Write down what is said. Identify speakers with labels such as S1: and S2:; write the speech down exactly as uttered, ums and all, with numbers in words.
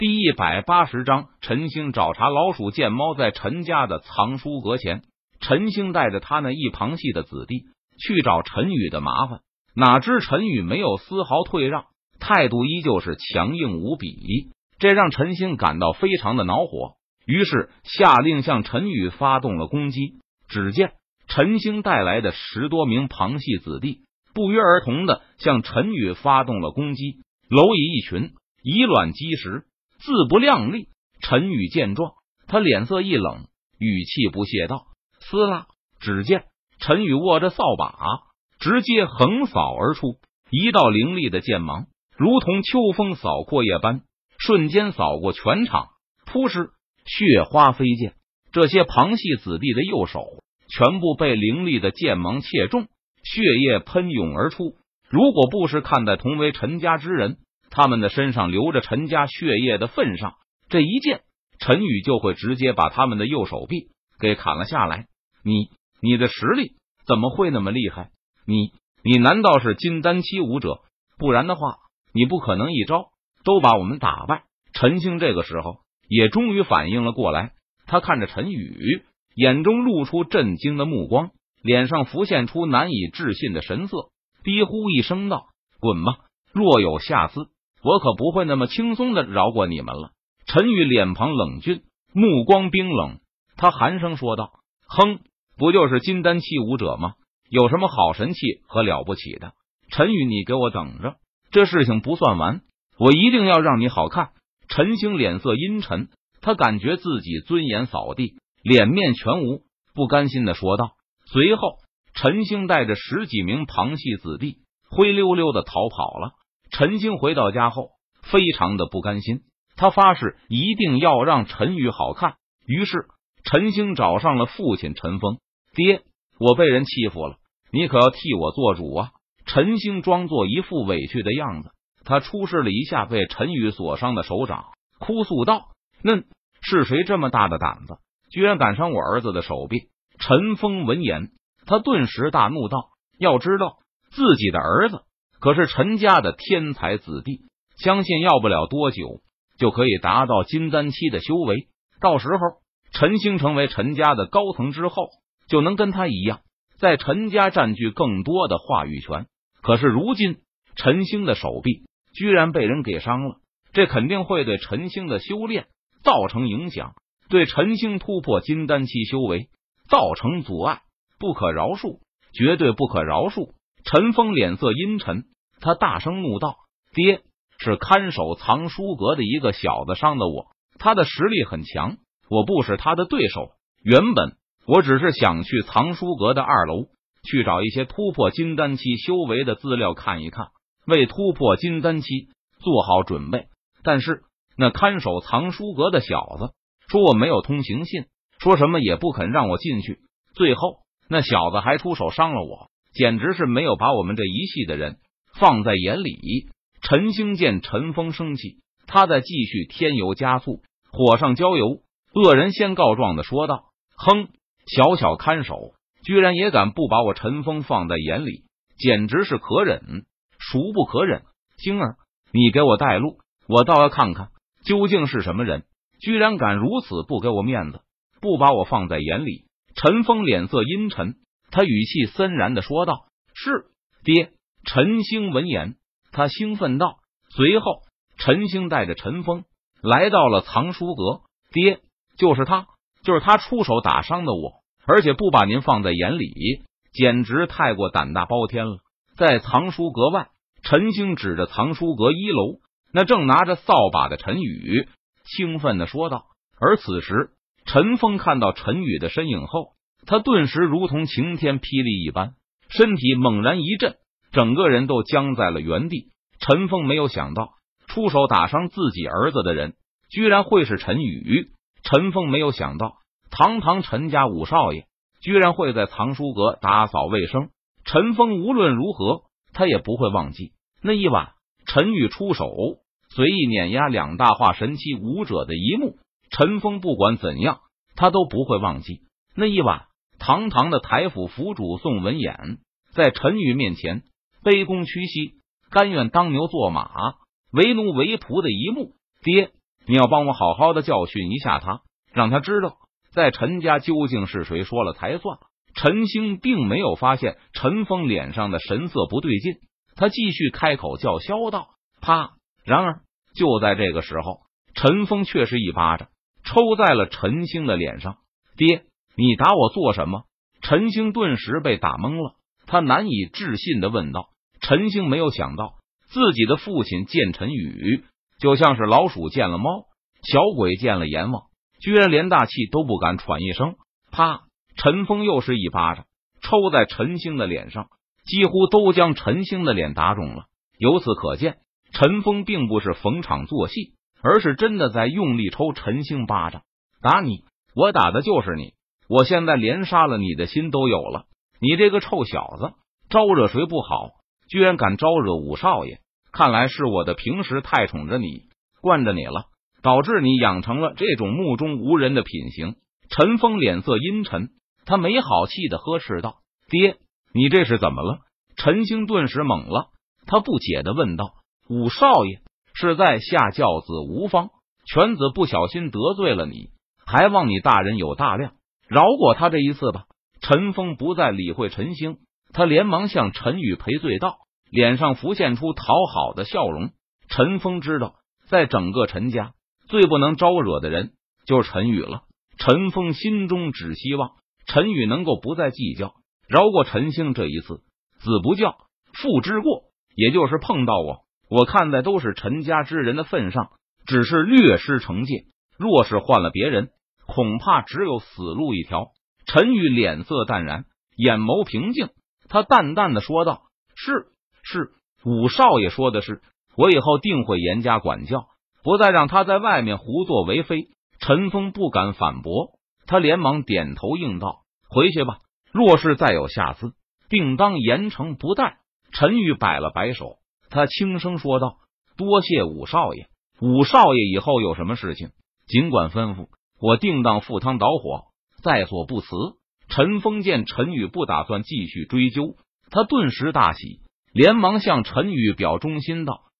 S1: 第一百八十章，陈兴找茬。老鼠见猫在陈家的藏书阁前，陈兴带着他那一旁系的子弟去找陈宇的麻烦，哪知陈宇没有丝毫退让，态度依旧是强硬无比，这让陈兴感到非常的恼火，于是下令向陈宇发动了攻击。只见陈兴带来的十多名旁系子弟不约而同的向陈宇发动了攻击，蝼蚁一群，以卵击石，自不量力。陈宇见状，他脸色一冷，语气不屑道：“撕拉！”只见陈宇握着扫把，直接横扫而出，一道凌厉的剑芒如同秋风扫阔叶般，瞬间扫过全场。扑哧，血花飞溅，这些旁系子弟的右手全部被凌厉的剑芒切中，血液喷涌而出。如果不是看在同为陈家之人，他们的身上流着陈家血液的份上，这一剑陈宇就会直接把他们的右手臂给砍了下来。你你的实力怎么会那么厉害？你你难道是金丹期武者？不然的话，你不可能一招都把我们打败。陈兴这个时候也终于反应了过来，他看着陈宇，眼中露出震惊的目光，脸上浮现出难以置信的神色，低呼一声道：“滚吧！若有下次，我可不会那么轻松的饶过你们了。”陈宇脸庞冷峻，目光冰冷，他寒声说道：“哼，不就是金丹期武者吗？有什么好神气和了不起的？陈宇，你给我等着，这事情不算完，我一定要让你好看。”陈兴脸色阴沉，他感觉自己尊严扫地，脸面全无，不甘心的说道。随后陈兴带着十几名旁系子弟灰溜溜的逃跑了。陈兴回到家后非常的不甘心，他发誓一定要让陈宇好看。于是陈兴找上了父亲陈峰：“爹，我被人欺负了，你可要替我做主啊！”陈兴装作一副委屈的样子，他出示了一下被陈宇所伤的手掌，哭诉道：“那是谁这么大的胆子，居然敢伤我儿子的手臂？”陈峰闻言，他顿时大怒道：“要知道自己的儿子可是陈家的天才子弟，相信要不了多久就可以达到金丹期的修为，到时候陈兴成为陈家的高层之后，就能跟他一样在陈家占据更多的话语权。可是如今陈兴的手臂居然被人给伤了，这肯定会对陈兴的修炼造成影响，对陈兴突破金丹期修为造成阻碍，不可饶恕，绝对不可饶恕。”陈峰脸色阴沉，他大声怒道：“爹，是看守藏书阁的一个小子伤的我，他的实力很强，我不是他的对手。原本我只是想去藏书阁的二楼去找一些突破金丹期修为的资料看一看，为突破金丹期做好准备。但是那看守藏书阁的小子说我没有通行信，说什么也不肯让我进去，最后那小子还出手伤了我，简直是没有把我们这一系的人放在眼里。”陈兴见陈峰生气，他在继续添油加醋，火上浇油，恶人先告状的说道：“哼，小小看守居然也敢不把我陈峰放在眼里，简直是可忍孰不可忍。星儿，你给我带路，我倒要看看究竟是什么人，居然敢如此不给我面子，不把我放在眼里。”陈峰脸色阴沉，他语气森然的说道：“是，爹。”陈兴闻言，他兴奋道。随后陈兴带着陈峰来到了藏书阁。“爹，就是他，就是他出手打伤的我，而且不把您放在眼里，简直太过胆大包天了。”在藏书阁外，陈兴指着藏书阁一楼那正拿着扫把的陈宇，兴奋的说道。而此时陈峰看到陈宇的身影后，他顿时如同晴天霹雳一般，身体猛然一震，整个人都僵在了原地。陈峰没有想到出手打伤自己儿子的人居然会是陈宇，陈峰没有想到堂堂陈家五少爷居然会在藏书阁打扫卫生。陈峰无论如何他也不会忘记那一晚陈宇出手随意碾压两大化神期武者的一幕。陈峰不管怎样他都不会忘记那一晚堂堂的台府府主宋文衍在陈宇面前卑躬屈膝，甘愿当牛做马，为奴为仆的一幕。“爹， 你要帮我好好的教训一下他，让他知道在陈家究竟是谁说了才算。陈兴并没有发现陈峰脸上的神色不对劲，他继续开口叫嚣道：啪！然而就在这个时候，陈峰却是一巴掌抽在了陈兴的脸上。爹，你打我做什么？陈兴顿时被打懵了，他难以置信的问道。陈兴没有想到自己的父亲见陈宇就像是老鼠见了猫，小鬼见了阎王，居然连大气都不敢喘一声。啪！陈峰又是一巴掌抽在陈兴的脸上，几乎都将陈兴的脸打肿了。由此可见，陈峰并不是逢场作戏，而是真的在用力抽陈兴巴掌。打你，我打的就是你，我现在连杀了你的心都有了。你这个臭小子，招惹谁不好，居然敢招惹五少爷，看来是我的平时太宠着你，惯着你了，导致你养成了这种目中无人的品行。陈峰脸色阴沉，他没好气的呵斥道：爹，你这是怎么了？陈兴顿时懵了，他不解的问道：五少爷是在下教子无方，犬子不小心得罪了你，还望你大人有大量，饶过他这一次吧。陈峰不再理会陈兴，他连忙向陈宇赔罪道，脸上浮现出讨好的笑容。陈峰知道，在整个陈家最不能招惹的人就是陈宇了。陈峰心中只希望陈宇能够不再计较，饶过陈兴这一次。子不教，父之过，也就是碰到我，我看在都是陈家之人的份上，只是略施惩戒。若是换了别人，恐怕只有死路一条。陈宇脸色淡然，眼眸平静，他淡淡的说道：是是，五少爷说的是，我以后定会严加管教，不再让他在外面胡作为非。陈峰不敢反驳，他连忙点头应道：回去吧，若是再有下次，定当严惩不贷。陈宇摆了摆手，他轻声说道：多谢五少爷，五少爷以后有什么事情尽管吩咐，我定当赴汤蹈火，在所不辞。陈峰见陈宇不打算继续追究，他顿时大喜，连忙向陈宇表忠心道：